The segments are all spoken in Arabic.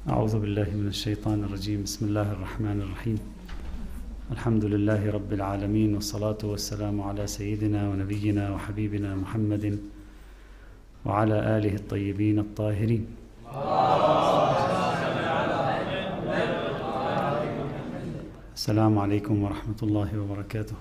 أعوذ بالله من الشيطان الرجيم. بسم الله الرحمن الرحيم. الحمد لله رب العالمين، والصلاة والسلام على سيدنا ونبينا وحبيبنا محمد وعلى آله الطيبين الطاهرين. السلام عليكم ورحمة الله وبركاته.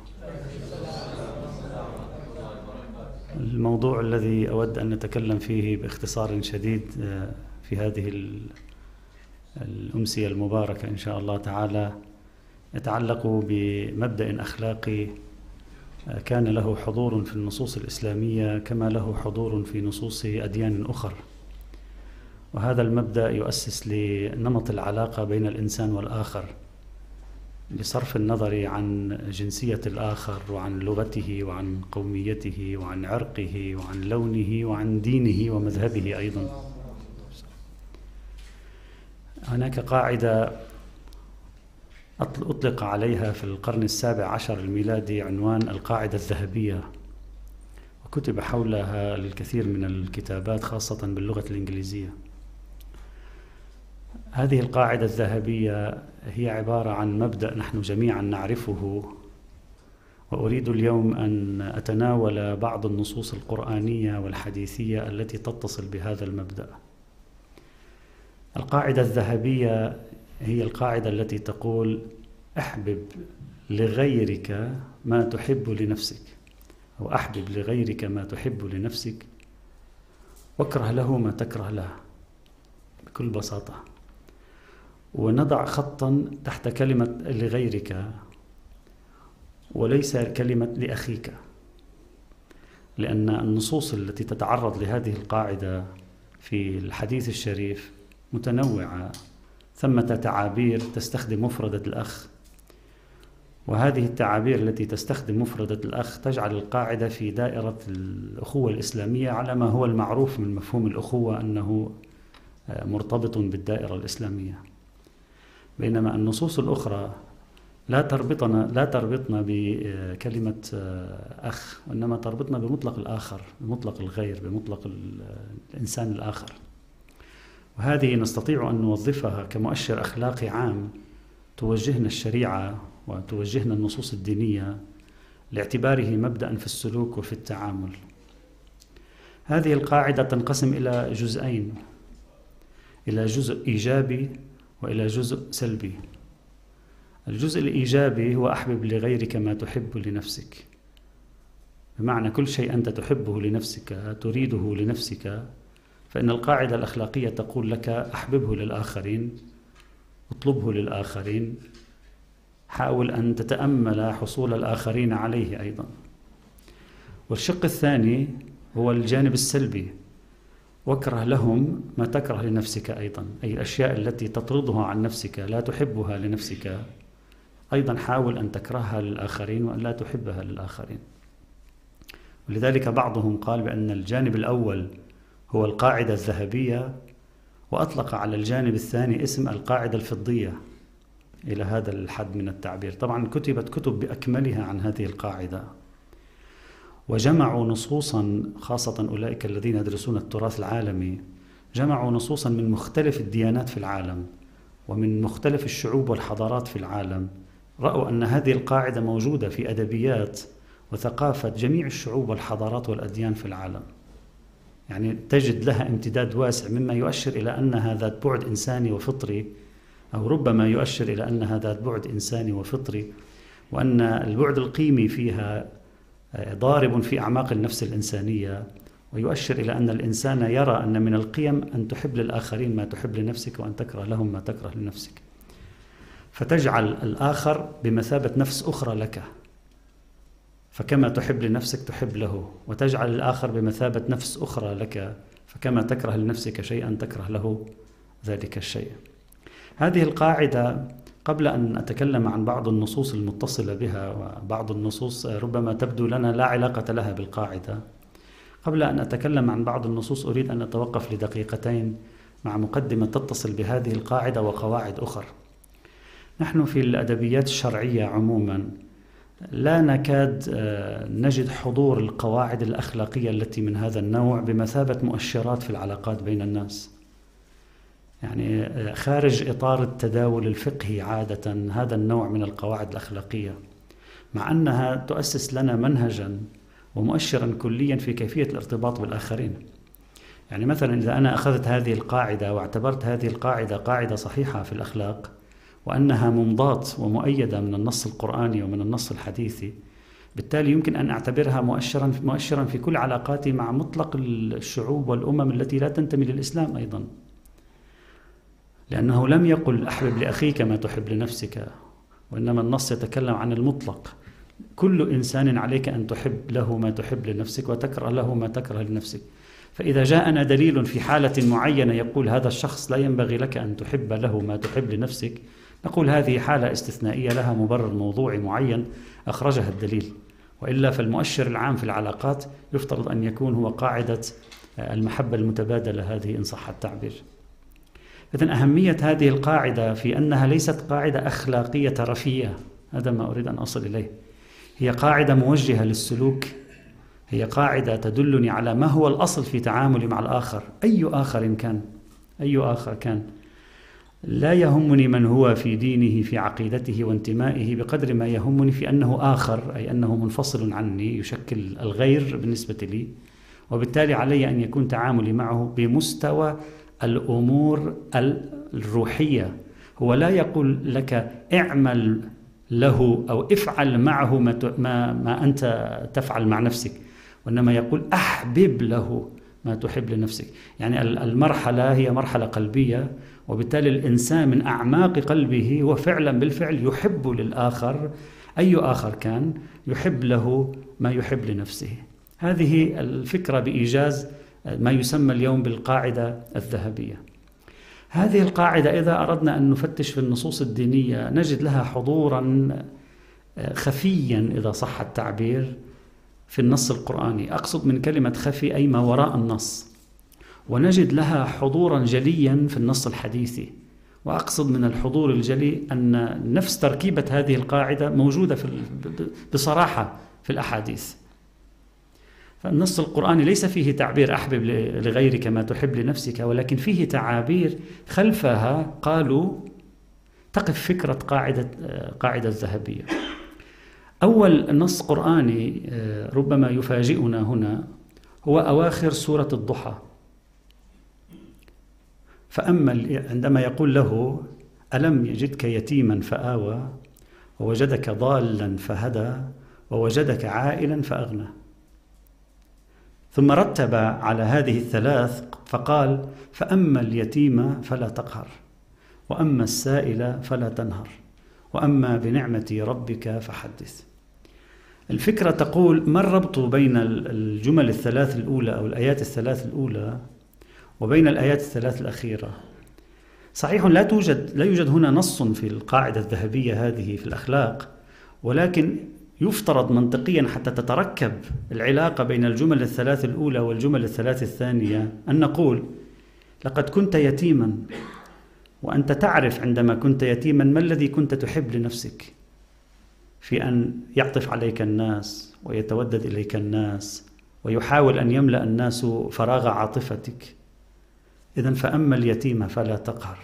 الموضوع الذي أود أن نتكلم فيه باختصار شديد في هذه الأمسية المباركة إن شاء الله تعالى يتعلق بمبدأ أخلاقي كان له حضور في النصوص الإسلامية كما له حضور في نصوص أديان أخرى، وهذا المبدأ يؤسس لنمط العلاقة بين الإنسان والآخر بصرف النظر عن جنسية الآخر وعن لغته وعن قوميته وعن عرقه وعن لونه وعن دينه ومذهبه. أيضا هناك قاعدة أطلق عليها في القرن ال17 الميلادي عنوان القاعدة الذهبية، وكتب حولها الكثير من الكتابات خاصة باللغة الإنجليزية. هذه القاعدة الذهبية هي عبارة عن مبدأ نحن جميعا نعرفه، وأريد اليوم أن أتناول بعض النصوص القرآنية والحديثية التي تتصل بهذا المبدأ. القاعدة الذهبية هي القاعدة التي تقول: احبب لغيرك ما تحب لنفسك، أو احبب لغيرك ما تحب لنفسك واكره له ما تكره له، بكل بساطة. ونضع خطا تحت كلمة لغيرك وليس كلمة لأخيك، لأن النصوص التي تتعرض لهذه القاعدة في الحديث الشريف متنوعة. ثمة تعابير تستخدم مفردة الأخ، وهذه التعابير التي تستخدم مفردة الأخ تجعل القاعدة في دائرة الأخوة الإسلامية على ما هو المعروف من مفهوم الأخوة أنه مرتبط بالدائرة الإسلامية، بينما النصوص الأخرى لا تربطنا بكلمة أخ، وإنما تربطنا بمطلق الآخر، بمطلق الغير، بمطلق الإنسان الآخر. وهذه نستطيع أن نوظفها كمؤشر أخلاقي عام توجهنا الشريعة وتوجهنا النصوص الدينية لاعتباره مبدأ في السلوك وفي التعامل. هذه القاعدة تنقسم إلى جزئين، إلى جزء إيجابي وإلى جزء سلبي. الجزء الإيجابي هو أحبب لغيرك ما تحب لنفسك، بمعنى كل شيء أنت تحبه لنفسك تريده لنفسك، فإن القاعدة الأخلاقية تقول لك: أحببه للآخرين، اطلبه للآخرين، حاول أن تتأمل حصول الآخرين عليه أيضا. والشق الثاني هو الجانب السلبي: واكره لهم ما تكره لنفسك أيضا، أي الأشياء التي تطردها عن نفسك لا تحبها لنفسك أيضا حاول أن تكرهها للآخرين وأن لا تحبها للآخرين. ولذلك بعضهم قال بأن الجانب الأول هو القاعدة الذهبية، وأطلق على الجانب الثاني اسم القاعدة الفضية إلى هذا الحد من التعبير. طبعا كتبت كتب بأكملها عن هذه القاعدة، وجمعوا نصوصا، خاصة أولئك الذين يدرسون التراث العالمي، جمعوا نصوصا من مختلف الديانات في العالم ومن مختلف الشعوب والحضارات في العالم. رأوا أن هذه القاعدة موجودة في أدبيات وثقافة جميع الشعوب والحضارات والأديان في العالم، يعني تجد لها امتداد واسع، مما يؤشر إلى أنها ذات بعد إنساني وفطري، أو ربما يؤشر إلى أنها ذات بعد إنساني وفطري، وأن البعد القيمي فيها ضارب في أعماق النفس الإنسانية، ويؤشر إلى أن الإنسان يرى أن من القيم أن تحب للآخرين ما تحب لنفسك، وأن تكره لهم ما تكره لنفسك، فتجعل الآخر بمثابة نفس أخرى لك، فكما تحب لنفسك تحب له، وتجعل الآخر بمثابة نفس أخرى لك، فكما تكره لنفسك شيئا تكره له ذلك الشيء. هذه القاعدة، قبل أن أتكلم عن بعض النصوص المتصلة بها، وبعض النصوص ربما تبدو لنا لا علاقة لها بالقاعدة، قبل أن أتكلم عن بعض النصوص أريد أن أتوقف لدقيقتين مع مقدمة تتصل بهذه القاعدة وقواعد أخرى. نحن في الأدبيات الشرعية عموما لا نكاد نجد حضور القواعد الأخلاقية التي من هذا النوع بمثابة مؤشرات في العلاقات بين الناس. يعني خارج إطار التداول الفقهي عادة، هذا النوع من القواعد الأخلاقية، مع أنها تؤسس لنا منهجا ومؤشرا كليا في كيفية الارتباط بالآخرين. يعني مثلا إذا أنا أخذت هذه القاعدة واعتبرت هذه القاعدة قاعدة صحيحة في الأخلاق، وأنها ممضاة ومؤيدة من النص القرآني ومن النص الحديثي، بالتالي يمكن أن أعتبرها مؤشرا في كل علاقاتي مع مطلق الشعوب والأمم التي لا تنتمي للإسلام أيضا، لأنه لم يقل أحبب لأخيك ما تحب لنفسك، وإنما النص يتكلم عن المطلق. كل إنسان عليك أن تحب له ما تحب لنفسك وتكره له ما تكره لنفسك. فإذا جاءنا دليل في حالة معينة يقول هذا الشخص لا ينبغي لك أن تحب له ما تحب لنفسك، نقول هذه حالة استثنائية لها مبرر موضوعي معين أخرجها الدليل، وإلا فالمؤشر العام في العلاقات يفترض أن يكون هو قاعدة المحبة المتبادلة هذه إن صح التعبير. إذن أهمية هذه القاعدة في أنها ليست قاعدة أخلاقية ترفيهية، هذا ما أريد أن أصل إليه. هي قاعدة موجهة للسلوك، هي قاعدة تدلني على ما هو الأصل في تعاملي مع الآخر، أي آخر كان. لا يهمني من هو في دينه في عقيدته وانتمائه بقدر ما يهمني في أنه آخر، أي أنه منفصل عني يشكل الغير بالنسبة لي، وبالتالي علي أن يكون تعاملي معه بمستوى الأمور الروحية. هو لا يقول لك اعمل له أو افعل معه ما أنت تفعل مع نفسك، وإنما يقول أحبب له ما تحب لنفسك. يعني المرحلة هي مرحلة قلبية، وبالتالي الإنسان من أعماق قلبه هو فعلا بالفعل يحب للآخر، أي آخر كان، يحب له ما يحب لنفسه. هذه الفكرة بإيجاز ما يسمى اليوم بالقاعدة الذهبية. هذه القاعدة إذا أردنا أن نفتش في النصوص الدينية نجد لها حضورا خفيا إذا صح التعبير في النص القرآني، أقصد من كلمة خفي أي ما وراء النص، ونجد لها حضورا جليا في النص الحديثي. وأقصد من الحضور الجلي أن نفس تركيبة هذه القاعدة موجودة بصراحة في الأحاديث. فالنص القرآني ليس فيه تعبير أحبب لغيرك ما تحب لنفسك، ولكن فيه تعابير خلفها قالوا تقف فكرة قاعدة الذهبية. أول نص قرآني ربما يفاجئنا هنا هو أواخر سورة الضحى، فأما عندما يقول له ألم يجدك يتيما فآوى ووجدك ضالا فهدى ووجدك عائلا فأغنى، ثم رتب على هذه الثلاث فقال فأما اليتيم فلا تقهر وأما السائل فلا تنهر وأما بنعمة ربك فحدث. الفكرة تقول ما الربط بين الجمل الثلاث الأولى أو الآيات الثلاث الأولى وبين الآيات الثلاث الأخيرة؟ صحيح لا يوجد هنا نص في القاعدة الذهبية هذه في الأخلاق، ولكن يفترض منطقيا حتى تتركب العلاقة بين الجمل الثلاث الأولى والجمل الثلاث الثانية أن نقول لقد كنت يتيما، وأنت تعرف عندما كنت يتيما ما الذي كنت تحب لنفسك في أن يعطف عليك الناس ويتودد إليك الناس ويحاول أن يملأ الناس فراغ عاطفتك. إذن فأما اليتيم فلا تقهر.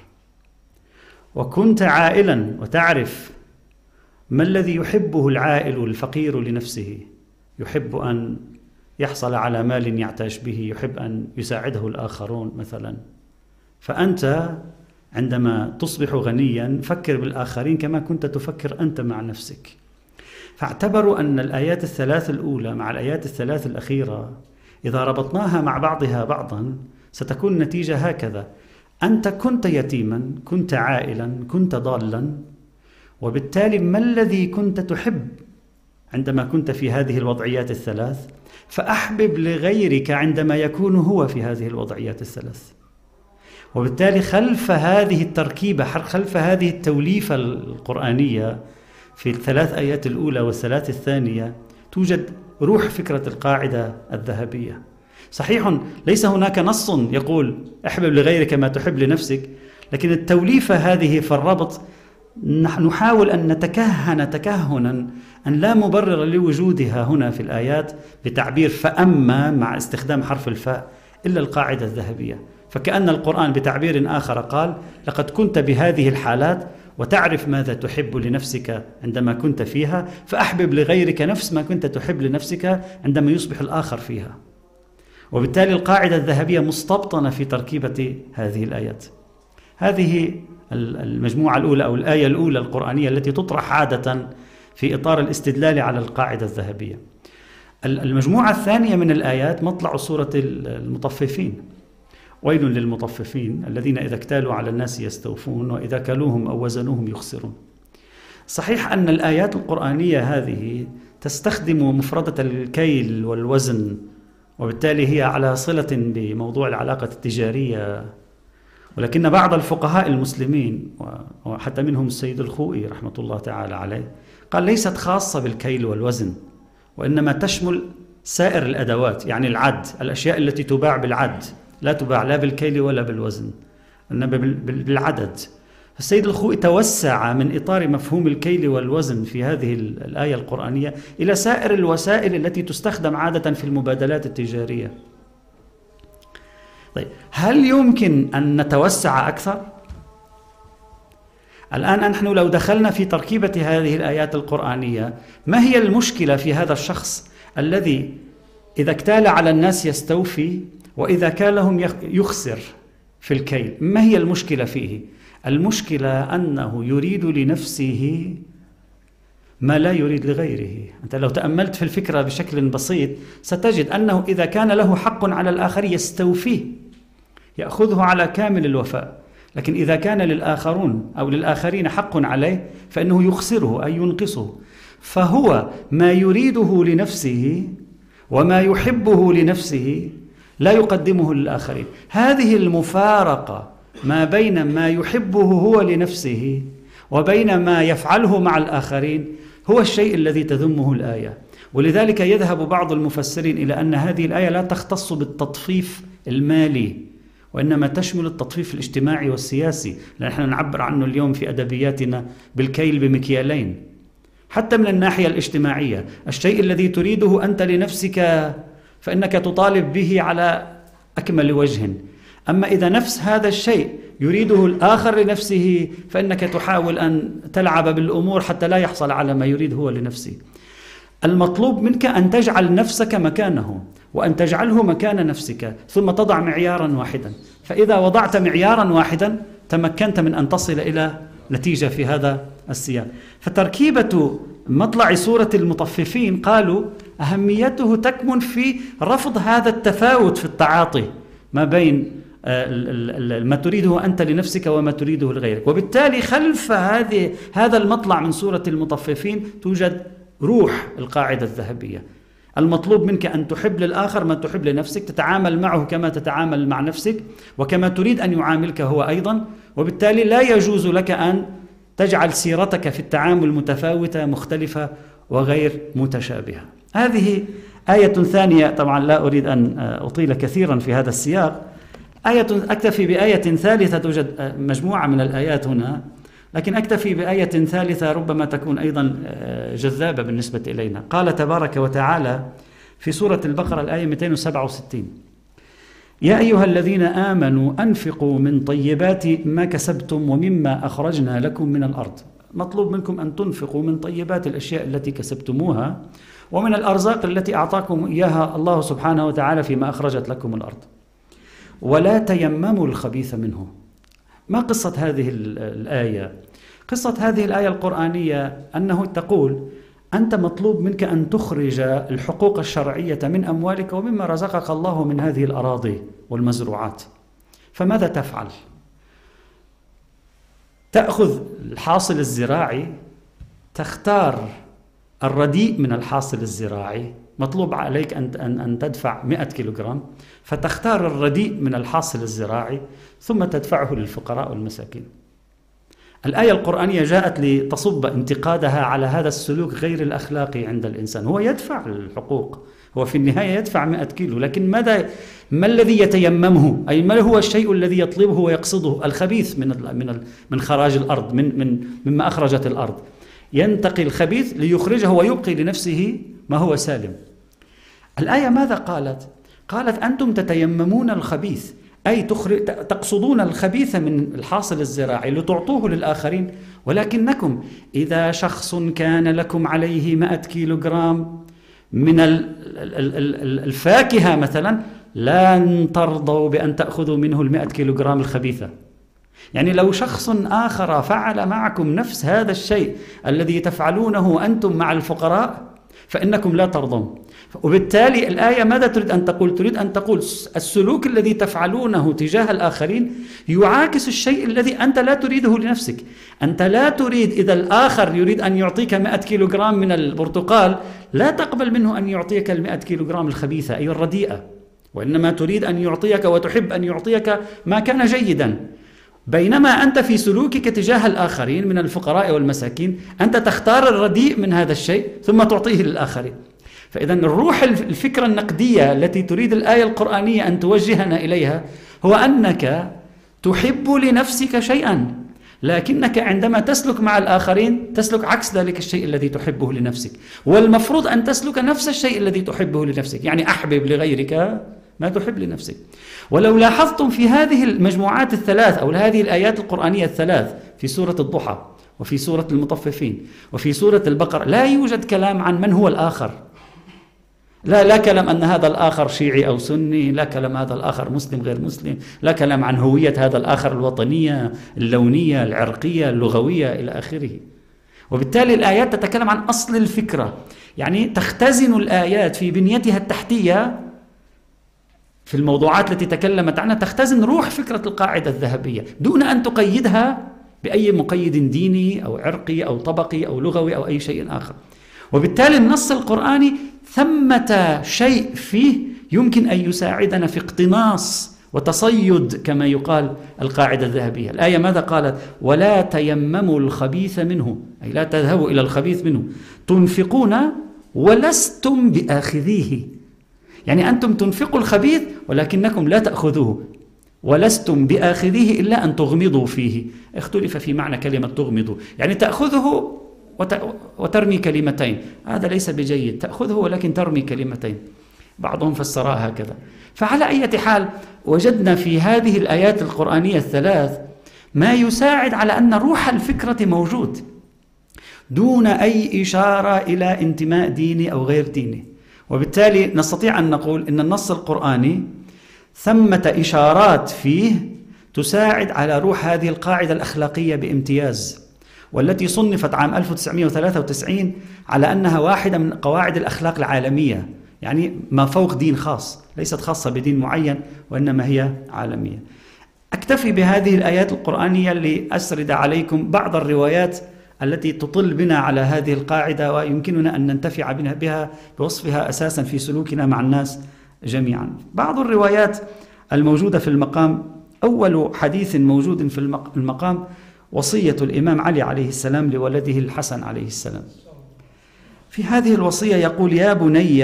وكنت عائلا وتعرف ما الذي يحبه العائل الفقير لنفسه، يحب أن يحصل على مال يعتاش به، يحب أن يساعده الآخرون مثلا. فأنت عندما تصبح غنيا فكر بالآخرين كما كنت تفكر أنت مع نفسك. فاعتبروا أن الآيات الثلاث الأولى مع الآيات الثلاث الأخيرة إذا ربطناها مع بعضها بعضا ستكون النتيجة هكذا: أنت كنت يتيما، كنت عائلا، كنت ضالا، وبالتالي ما الذي كنت تحب عندما كنت في هذه الوضعيات الثلاث؟ فأحبب لغيرك عندما يكون هو في هذه الوضعيات الثلاث. وبالتالي خلف هذه التركيبة، خلف هذه التوليفة القرآنية في الثلاث آيات الأولى والثلاث الثانية توجد روح فكرة القاعدة الذهبية. صحيح ليس هناك نص يقول احبب لغيرك ما تحب لنفسك، لكن التوليفة هذه في الربط نحاول أن نتكهن تكهنا أن لا مبرر لوجودها هنا في الآيات بتعبير فأما مع استخدام حرف الفاء إلا القاعدة الذهبية. فكأن القرآن بتعبير آخر قال: لقد كنت بهذه الحالات وتعرف ماذا تحب لنفسك عندما كنت فيها، فأحبب لغيرك نفس ما كنت تحب لنفسك عندما يصبح الآخر فيها. وبالتالي القاعدة الذهبية مستبطنة في تركيبة هذه الآيات. هذه المجموعة الأولى أو الآية الأولى القرآنية التي تطرح عادة في إطار الاستدلال على القاعدة الذهبية. المجموعة الثانية من الآيات مطلع سورة المطففين: ويل للمطففين الذين إذا اكتالوا على الناس يستوفون وإذا كالوهم أو وزنوهم يخسرون. صحيح أن الآيات القرآنية هذه تستخدم مفردة الكيل والوزن، وبالتالي هي على صلة بموضوع العلاقة التجارية، ولكن بعض الفقهاء المسلمين وحتى منهم السيد الخوئي رحمة الله تعالى عليه قال ليست خاصة بالكيل والوزن، وإنما تشمل سائر الأدوات، يعني العد، الأشياء التي تباع بالعد لا تباع لا بالكيل ولا بالوزن، إنما بالعدد. السيد الخوئي توسع من إطار مفهوم الكيل والوزن في هذه الآية القرآنية إلى سائر الوسائل التي تستخدم عادة في المبادلات التجارية. طيب، هل يمكن أن نتوسع أكثر؟ الآن نحن لو دخلنا في تركيبة هذه الآيات القرآنية، ما هي المشكلة في هذا الشخص الذي إذا اكتال على الناس يستوفي وإذا كالهم يخسر في الكيل؟ ما هي المشكلة فيه؟ المشكلة أنه يريد لنفسه ما لا يريد لغيره. أنت لو تأملت في الفكرة بشكل بسيط ستجد أنه إذا كان له حق على الآخر يستوفيه، يأخذه على كامل الوفاء، لكن إذا كان للآخرون أو للآخرين حق عليه فإنه يخسره أي ينقصه. فهو ما يريده لنفسه وما يحبه لنفسه لا يقدمه للآخرين. هذه المفارقة ما بين ما يحبه هو لنفسه وبين ما يفعله مع الآخرين هو الشيء الذي تذمه الآية. ولذلك يذهب بعض المفسرين إلى أن هذه الآية لا تختص بالتطفيف المالي، وإنما تشمل التطفيف الاجتماعي والسياسي، لأن نحن نعبر عنه اليوم في أدبياتنا بالكيل بمكيالين. حتى من الناحية الاجتماعية، الشيء الذي تريده أنت لنفسك فإنك تطالب به على أكمل وجه، أما إذا نفس هذا الشيء يريده الآخر لنفسه فإنك تحاول أن تلعب بالأمور حتى لا يحصل على ما يريد هو لنفسه. المطلوب منك أن تجعل نفسك مكانه وأن تجعله مكان نفسك، ثم تضع معيارا واحدا. فإذا وضعت معيارا واحدا تمكنت من أن تصل إلى نتيجة في هذا السياق. فتركيبة مطلع سورة المطففين قالوا أهميته تكمن في رفض هذا التفاوت في التعاطي ما بين ما تريده أنت لنفسك وما تريده لغيرك. وبالتالي خلف هذا المطلع من سورة المطففين توجد روح القاعدة الذهبية. المطلوب منك أن تحب للآخر ما تحب لنفسك، تتعامل معه كما تتعامل مع نفسك وكما تريد أن يعاملك هو أيضا. وبالتالي لا يجوز لك أن تجعل سيرتك في التعامل متفاوتة مختلفة وغير متشابهة. هذه آية ثانية. طبعا لا أريد أن أطيل كثيرا في هذا السياق. أكتفي بآية ثالثة. توجد مجموعة من الآيات هنا، لكن أكتفي بآية ثالثة ربما تكون أيضا جذابة بالنسبة إلينا. قال تبارك وتعالى في سورة البقرة الآية 267: يا أيها الذين آمنوا أنفقوا من طيبات ما كسبتم ومما أخرجنا لكم من الأرض. مطلوب منكم أن تنفقوا من طيبات الأشياء التي كسبتموها ومن الأرزاق التي أعطاكم إياها الله سبحانه وتعالى فيما أخرجت لكم الأرض، ولا تيمموا الخبيث منه. ما قصة هذه الآية؟ قصة هذه الآية القرآنية أنه تقول أنت مطلوب منك أن تخرج الحقوق الشرعية من أموالك ومما رزقك الله من هذه الأراضي والمزروعات. فماذا تفعل؟ تأخذ الحاصل الزراعي، تختار الرديء من الحاصل الزراعي. مطلوب عليك أن تدفع 100 كيلوغرام، فتختار الرديء من الحاصل الزراعي ثم تدفعه للفقراء والمساكين. الآية القرآنية جاءت لتصب انتقادها على هذا السلوك غير الأخلاقي عند الإنسان. هو يدفع الحقوق، هو في النهاية يدفع 100 كيلو، لكن ما الذي يتيممه؟ أي ما هو الشيء الذي يطلبه ويقصده؟ الخبيث من خراج الأرض، مما أخرجت الأرض. ينتقي الخبيث ليخرجه ويبقي لنفسه ما هو سالم. الآية ماذا قالت؟ قالت أنتم تتيممون الخبيث، أي تقصدون الخبيث من الحاصل الزراعي لتعطوه للآخرين، ولكنكم إذا شخص كان لكم عليه 100 كيلوغرام من الفاكهة مثلا لن ترضوا بأن تأخذوا منه 100 كيلوغرام الخبيثة. يعني لو شخص آخر فعل معكم نفس هذا الشيء الذي تفعلونه أنتم مع الفقراء فإنكم لا ترضون. وبالتالي الآية ماذا تريد أن تقول؟ تريد أن تقول السلوك الذي تفعلونه تجاه الآخرين يعاكس الشيء الذي أنت لا تريده لنفسك. أنت لا تريد، إذا الآخر يريد أن يعطيك 100 كيلوغرام من البرتقال لا تقبل منه أن يعطيك 100 كيلوغرام الخبيثة أي الرديئة، وإنما تريد أن يعطيك وتحب أن يعطيك ما كان جيدا. بينما أنت في سلوكك تجاه الآخرين من الفقراء والمساكين أنت تختار الرديء من هذا الشيء ثم تعطيه للآخرين. فإذا الروح الفكرة النقدية التي تريد الآية القرآنية أن توجهنا إليها هو أنك تحب لنفسك شيئا، لكنك عندما تسلك مع الآخرين تسلك عكس ذلك الشيء الذي تحبه لنفسك، والمفروض أن تسلك نفس الشيء الذي تحبه لنفسك. يعني أحبب لغيرك ما تحب لنفسك. ولو لاحظتم في هذه المجموعات الثلاث أو هذه الآيات القرآنية الثلاث في سورة الضحى وفي سورة المطففين وفي سورة البقرة لا يوجد كلام عن من هو الآخر. لا كلام أن هذا الآخر شيعي أو سني، لا كلام هذا الآخر مسلم غير مسلم، لا كلام عن هوية هذا الآخر الوطنية اللونية العرقية اللغوية إلى آخره. وبالتالي الآيات تتكلم عن أصل الفكرة، يعني تختزن الآيات في بنيتها التحتية في الموضوعات التي تكلمت عنها، تختزن روح فكرة القاعدة الذهبية دون أن تقيدها بأي مقيد ديني أو عرقي أو طبقي أو لغوي أو أي شيء آخر. وبالتالي النص القرآني ثمة شيء فيه يمكن أن يساعدنا في اقتناص وتصيد كما يقال القاعدة الذهبية. الآية ماذا قالت؟ ولا تيمموا الخبيث منه، أي لا تذهبوا إلى الخبيث منه، تنفقون ولستم بآخذيه. يعني أنتم تنفقوا الخبيث ولكنكم لا تأخذوه، ولستم بآخذيه إلا أن تغمضوا فيه. اختلف في معنى كلمة تغمضوا، يعني تأخذه وترمي كلمتين، هذا ليس بجيد. تأخذه ولكن ترمي كلمتين، بعضهم فسرها هكذا. فعلى أي حال وجدنا في هذه الآيات القرآنية الثلاث ما يساعد على أن روح الفكرة موجود دون أي إشارة إلى انتماء ديني أو غير ديني. وبالتالي نستطيع أن نقول إن النص القرآني ثمة إشارات فيه تساعد على روح هذه القاعدة الأخلاقية بامتياز، والتي صنفت عام 1993 على أنها واحدة من قواعد الأخلاق العالمية، يعني ما فوق دين خاص، ليست خاصة بدين معين وإنما هي عالمية. أكتفي بهذه الآيات القرآنية لأسرد عليكم بعض الروايات التي تطل بنا على هذه القاعدة ويمكننا أن ننتفع بها بوصفها أساسا في سلوكنا مع الناس جميعا. بعض الروايات الموجودة في المقام: أول حديث موجود في المقام وصية الإمام علي عليه السلام لولده الحسن عليه السلام. في هذه الوصية يقول: يا بني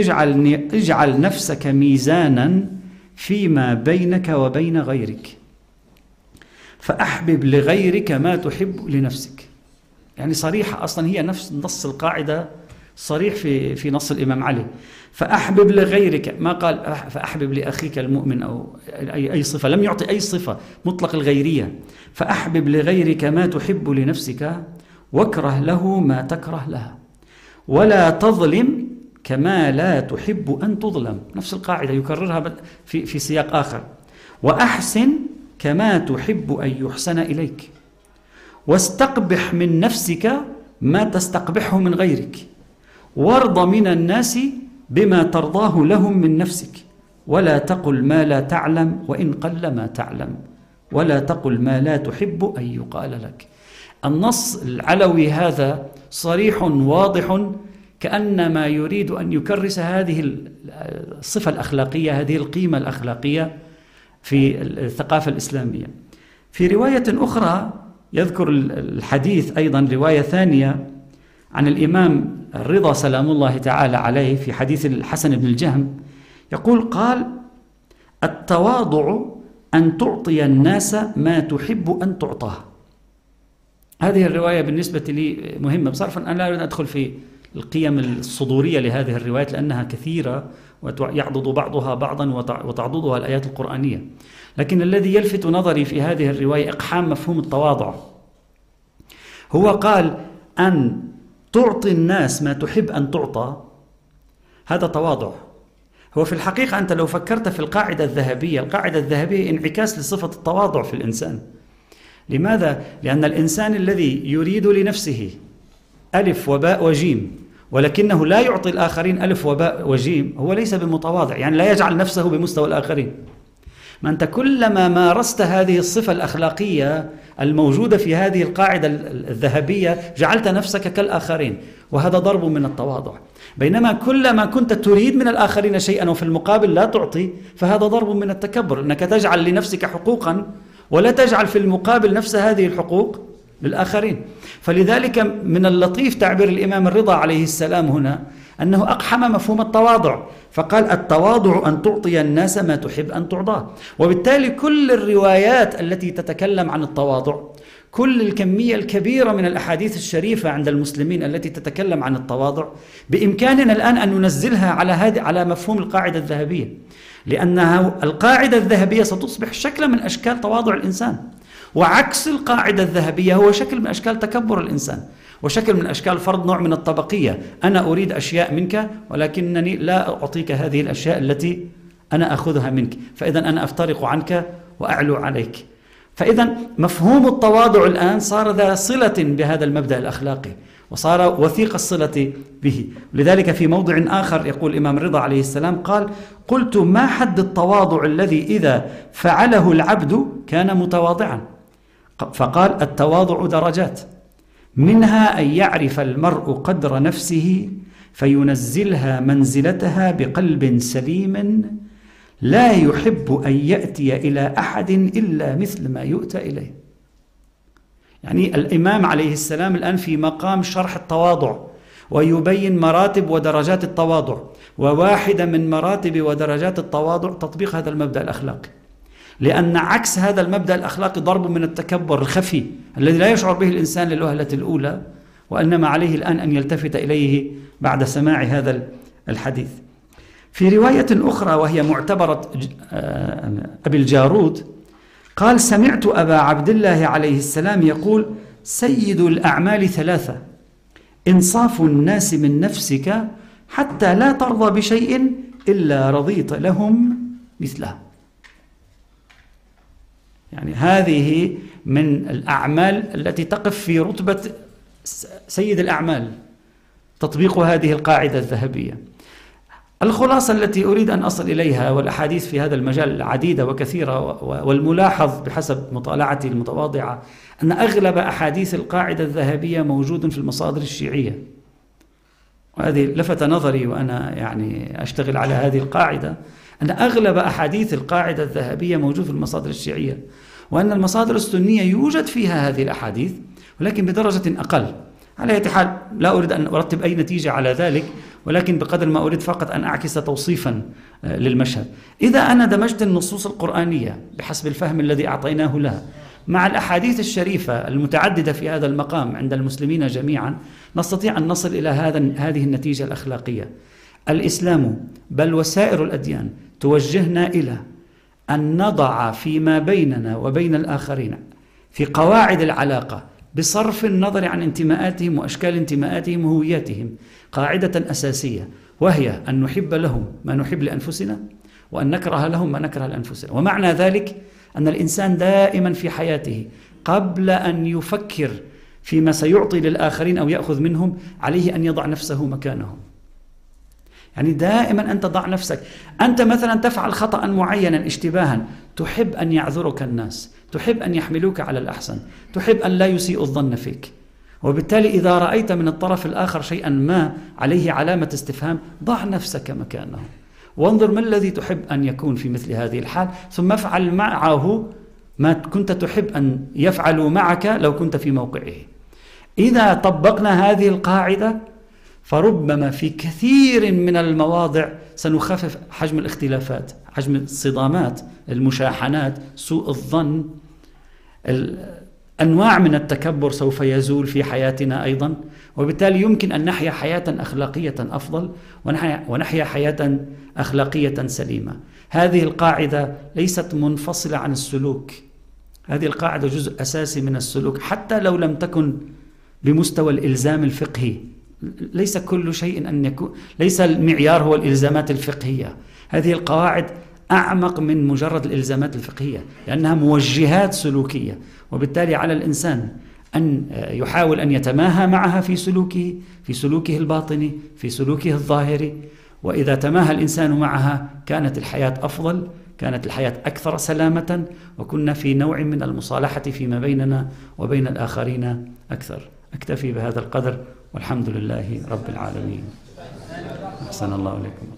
اجعل نفسك ميزانا فيما بينك وبين غيرك، فأحبب لغيرك ما تحب لنفسك. يعني صريحة، أصلا هي نفس نص القاعدة صريح في نص الإمام علي. فأحبب لغيرك، ما قال فأحبب لأخيك المؤمن أو أي صفة، لم يعطي أي صفة، مطلق الغيرية. فأحبب لغيرك ما تحب لنفسك واكره له ما تكره لها، ولا تظلم كما لا تحب أن تظلم. نفس القاعدة يكررها في سياق آخر. وأحسن كما تحب أن يحسن إليك، واستقبح من نفسك ما تستقبحه من غيرك، وارض من الناس بما ترضاه لهم من نفسك، ولا تقل ما لا تعلم وإن قل ما تعلم، ولا تقل ما لا تحب أن يقال لك. النص العلوي هذا صريح واضح، كأنما يريد أن يكرس هذه الصفة الأخلاقية، هذه القيمة الأخلاقية في الثقافة الإسلامية. في رواية أخرى يذكر الحديث أيضا رواية ثانية عن الإمام الرضا سلام الله تعالى عليه في حديث الحسن بن الجهم، يقول: قال: التواضع أن تعطي الناس ما تحب أن تعطاه. هذه الرواية بالنسبة لي مهمة بصرف. أنا لا أريد أن أدخل في القيم الصدورية لهذه الروايات لأنها كثيرة ويعضد بعضها بعضا وتعضدها الآيات القرآنية. لكن الذي يلفت نظري في هذه الرواية إقحام مفهوم التواضع. هو قال أن تعطي الناس ما تحب أن تعطى، هذا تواضع. هو في الحقيقة أنت لو فكرت في القاعدة الذهبية انعكاس لصفة التواضع في الإنسان. لماذا؟ لأن الإنسان الذي يريد لنفسه ألف وباء وجيم ولكنه لا يعطي الآخرين ألف وباء وجيم هو ليس بمتواضع، يعني لا يجعل نفسه بمستوى الآخرين. ما أنت كلما مارست هذه الصفة الأخلاقية الموجودة في هذه القاعدة الذهبية جعلت نفسك كالآخرين، وهذا ضرب من التواضع. بينما كلما كنت تريد من الآخرين شيئا وفي المقابل لا تعطي فهذا ضرب من التكبر، أنك تجعل لنفسك حقوقا ولا تجعل في المقابل نفس هذه الحقوق للآخرين. فلذلك من اللطيف تعبير الإمام الرضا عليه السلام هنا أنه أقحم مفهوم التواضع، فقال التواضع أن تعطي الناس ما تحب أن تعطاه. وبالتالي كل الروايات التي تتكلم عن التواضع، كل الكمية الكبيرة من الأحاديث الشريفة عند المسلمين التي تتكلم عن التواضع بإمكاننا الآن أن ننزلها على مفهوم القاعدة الذهبية، لأنها القاعدة الذهبية ستصبح شكل من أشكال تواضع الإنسان، وعكس القاعدة الذهبية هو شكل من أشكال تكبر الإنسان، وشكل من أشكال فرض نوع من الطبقية. أنا أريد أشياء منك ولكنني لا أعطيك هذه الأشياء التي أنا أخذها منك، فإذا أنا أفترق عنك وأعلو عليك. فإذا مفهوم التواضع الآن صار ذا صلة بهذا المبدأ الأخلاقي، وصار وثيق الصلة به. لذلك في موضع آخر يقول الإمام رضا عليه السلام قال: قلت ما حد التواضع الذي إذا فعله العبد كان متواضعا؟ فقال: التواضع درجات، منها أن يعرف المرء قدر نفسه فينزلها منزلتها بقلب سليم لا يحب أن يأتي إلى أحد إلا مثل ما يؤتى إليه. يعني الإمام عليه السلام الآن في مقام شرح التواضع ويبين مراتب ودرجات التواضع، وواحدة من مراتب ودرجات التواضع تطبيق هذا المبدأ الأخلاقي، لأن عكس هذا المبدأ الأخلاقي ضرب من التكبر الخفي الذي لا يشعر به الإنسان للوهلة الأولى، وإنما عليه الآن أن يلتفت إليه بعد سماع هذا الحديث. في رواية أخرى وهي معتبرة أبي الجارود قال: سمعت أبا عبد الله عليه السلام يقول: سيد الأعمال ثلاثة: إنصاف الناس من نفسك حتى لا ترضى بشيء إلا رضيت لهم مثله. يعني هذه من الأعمال التي تقف في رتبة سيد الأعمال، تطبيق هذه القاعدة الذهبية. الخلاصة التي أريد أن أصل إليها، والأحاديث في هذا المجال عديدة وكثيرة، والملاحظ بحسب مطالعتي المتواضعة أن أغلب أحاديث القاعدة الذهبية موجود في المصادر الشيعية، وهذه لفت نظري وأنا يعني أشتغل على هذه القاعدة، أن أغلب أحاديث القاعدة الذهبية موجود في المصادر الشيعية، وأن المصادر السنية يوجد فيها هذه الأحاديث ولكن بدرجة أقل. على أي حال لا أريد أن أرتب أي نتيجة على ذلك، ولكن بقدر ما أريد فقط أن أعكس توصيفا للمشهد. إذا أنا دمجت النصوص القرآنية بحسب الفهم الذي أعطيناه لها مع الأحاديث الشريفة المتعددة في هذا المقام عند المسلمين جميعا، نستطيع أن نصل إلى هذه النتيجة الأخلاقية. الإسلام بل وسائر الأديان توجهنا إلى أن نضع فيما بيننا وبين الآخرين في قواعد العلاقة بصرف النظر عن انتماءاتهم وأشكال انتماءاتهم وهوياتهم قاعدة أساسية، وهي أن نحب لهم ما نحب لأنفسنا وأن نكره لهم ما نكره لأنفسنا. ومعنى ذلك أن الإنسان دائما في حياته قبل أن يفكر فيما سيعطي للآخرين أو يأخذ منهم عليه أن يضع نفسه مكانهم. يعني دائما أنت ضع نفسك، أنت مثلا تفعل خطأ معينا اشتباها، تحب أن يعذرك الناس، تحب أن يحملوك على الأحسن، تحب أن لا يسيء الظن فيك، وبالتالي إذا رأيت من الطرف الآخر شيئا ما عليه علامة استفهام ضع نفسك مكانه وانظر ما الذي تحب أن يكون في مثل هذه الحال، ثم افعل معه ما كنت تحب أن يفعلوا معك لو كنت في موقعه. إذا طبقنا هذه القاعدة فربما في كثير من المواضع سنخفف حجم الاختلافات، حجم الصدامات، المشاحنات، سوء الظن، أنواع من التكبر سوف يزول في حياتنا أيضا، وبالتالي يمكن أن نحيا حياة أخلاقية أفضل ونحيا حياة أخلاقية سليمة. هذه القاعدة ليست منفصلة عن السلوك، هذه القاعدة جزء أساسي من السلوك، حتى لو لم تكن بمستوى الإلزام الفقهي. ليس كل شيء أن يكون، ليس المعيار هو الإلزامات الفقهية. هذه القواعد أعمق من مجرد الإلزامات الفقهية، لأنها موجهات سلوكية، وبالتالي على الإنسان أن يحاول أن يتماهى معها في سلوكه الباطني، في سلوكه الظاهري. وإذا تماهى الإنسان معها كانت الحياة أفضل، كانت الحياة أكثر سلامة، وكنا في نوع من المصالحة فيما بيننا وبين الآخرين أكثر. أكتفي بهذا القدر، والحمد لله رب العالمين. أحسن الله إليكم.